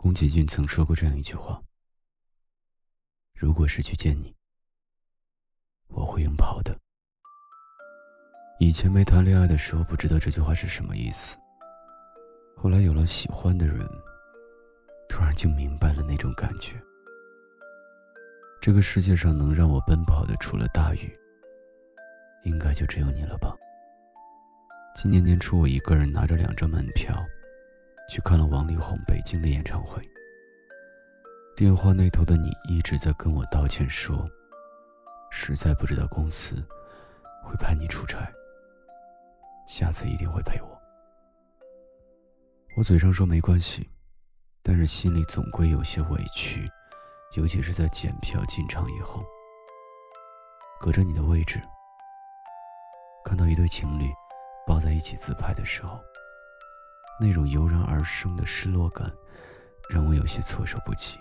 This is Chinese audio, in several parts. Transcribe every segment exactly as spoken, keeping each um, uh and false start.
宫崎骏曾说过这样一句话：如果是去见你，我会用跑的。以前没谈恋爱的时候不知道这句话是什么意思，后来有了喜欢的人，突然就明白了那种感觉。这个世界上能让我奔跑的除了大雨，应该就只有你了吧。今年年初我一个人拿着两张门票去看了王力宏北京的演唱会。电话那头的你一直在跟我道歉说，实在不知道公司会派你出差，下次一定会陪我。我嘴上说没关系，但是心里总归有些委屈，尤其是在检票进场以后，隔着你的位置看到一对情侣抱在一起自拍的时候，那种油然而生的失落感让我有些措手不及。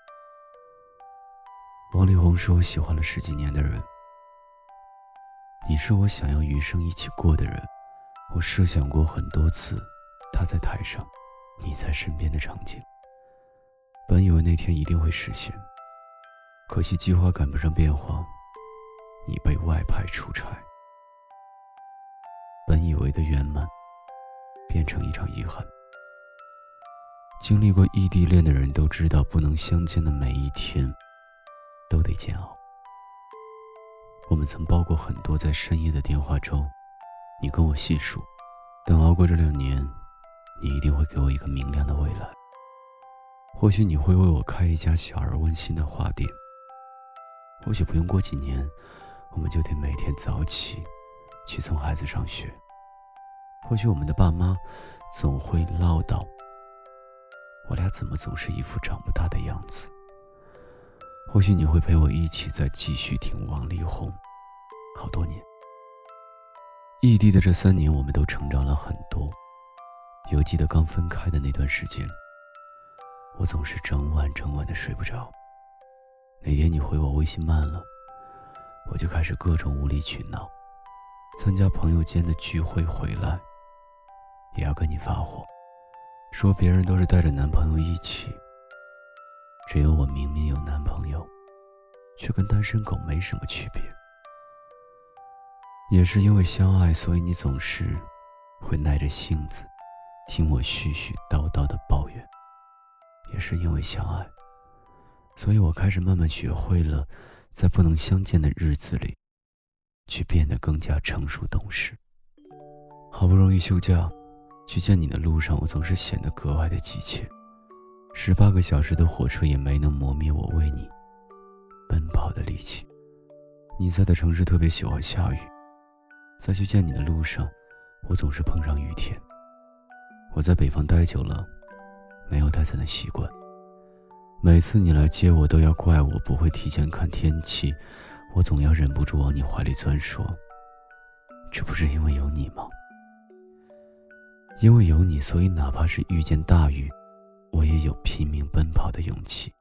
王力宏是我喜欢了十几年的人，你是我想要余生一起过的人。我设想过很多次他在台上，你在身边的场景，本以为那天一定会实现，可惜计划赶不上变化，你被外派出差。本以为的圆满变成一场遗憾。经历过异地恋的人都知道，不能相见的每一天都得煎熬。我们曾煲过很多在深夜的电话粥，你跟我细数，等熬过这两年，你一定会给我一个明亮的未来。或许你会为我开一家小而温馨的花店，或许不用过几年，我们就得每天早起去送孩子上学。或许我们的爸妈总会唠叨，我俩怎么总是一副长不大的样子。或许你会陪我一起再继续听王力宏好多年。异地的这三年，我们都成长了很多。犹记得刚分开的那段时间，我总是整晚整晚的睡不着。那天你回我微信慢了，我就开始各种无理取闹。参加朋友间的聚会回来，也要跟你发火，说别人都是带着男朋友一起，只有我明明有男朋友，却跟单身狗没什么区别。也是因为相爱，所以你总是会耐着性子听我絮絮叨叨的抱怨。也是因为相爱，所以我开始慢慢学会了在不能相见的日子里去变得更加成熟懂事。好不容易休假去见你的路上，我总是显得格外的急切。十八个小时的火车也没能磨灭我为你奔跑的力气。你在的城市特别喜欢下雨，在去见你的路上，我总是碰上雨天。我在北方待久了，没有带伞的习惯，每次你来接我都要怪我不会提前看天气，我总要忍不住往你怀里钻，说这不是因为有你吗？因为有你，所以哪怕是遇见大雨，我也有拼命奔跑的勇气。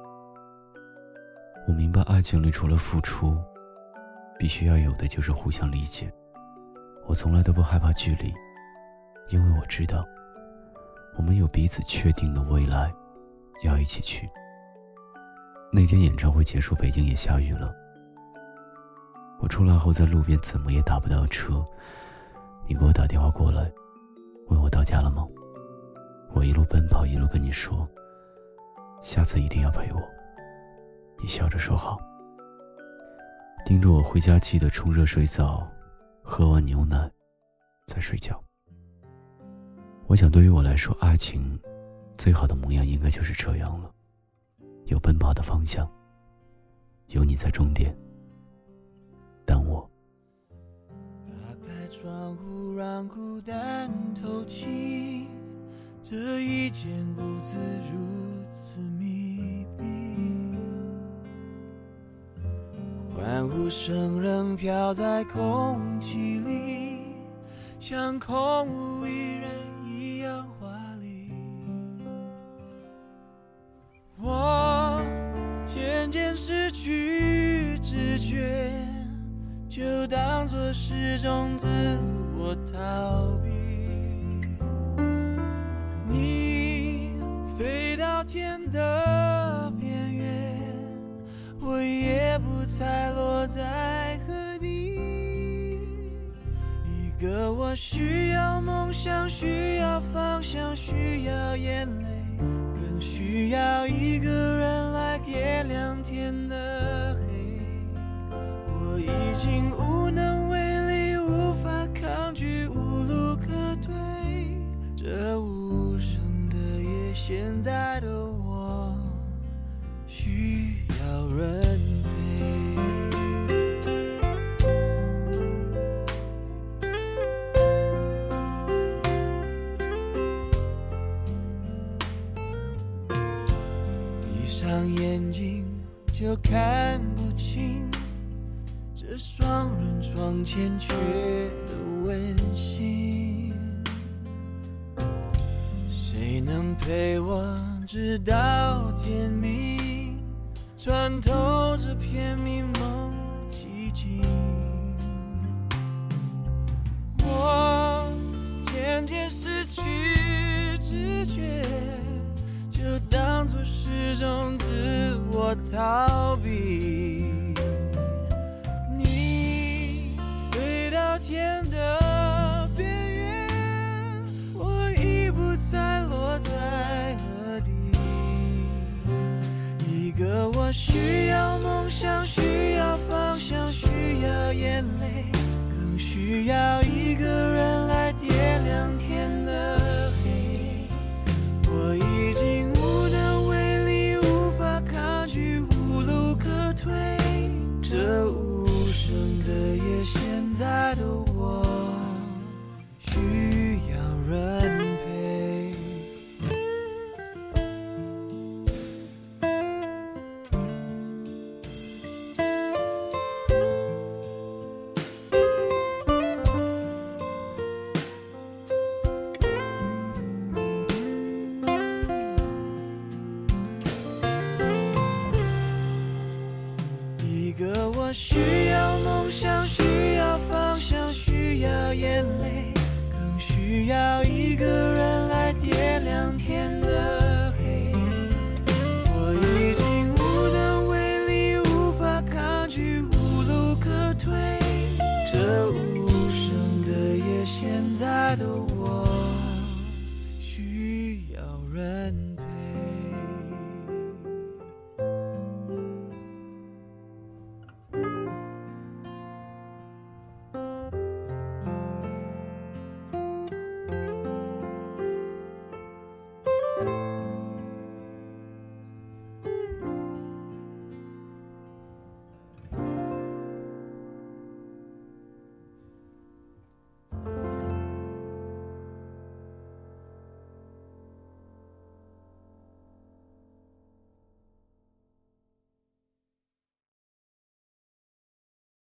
我明白爱情里除了付出，必须要有的就是互相理解。我从来都不害怕距离，因为我知道我们有彼此确定的未来要一起去。那天演唱会结束，北京也下雨了。我出来后在路边怎么也打不到车，你给我打电话过来问我到家了吗？我一路奔跑一路跟你说，下次一定要陪我。你笑着说好，叮嘱我回家记得冲热水澡，喝完牛奶再睡觉。我想对于我来说，爱情最好的模样应该就是这样了，有奔跑的方向，有你在终点等我。 打开窗户让孤单透气，这一间屋子如此密闭，欢呼声仍飘在空气里，像空无一人一样华丽。我渐渐失去知觉，就当作是种自我逃避。你飞到到天的边缘，我也不再落在河底。一个我需要梦想，需要方向，需要眼泪，更需要一个人来点亮天的黑。我已经无能为力，无法抗拒，无路可退。这无声的夜，现在的我需要人陪。闭上眼睛就看不清这双人床欠缺的温馨。谁能陪我直到天明，穿透这片迷蒙的寂静？我渐渐失去知觉，就当作是种自我逃避。你飞到天的边缘，我已不再落在河底。一个我需要梦想，需要方向，需要眼泪，更需要一个人来点亮天的黑。我已经无能为力，无法抗拒，无路可退。这无声的夜，现在的我需要人陪。一个我需要梦想，需要方向，需要眼泪，更需要一个人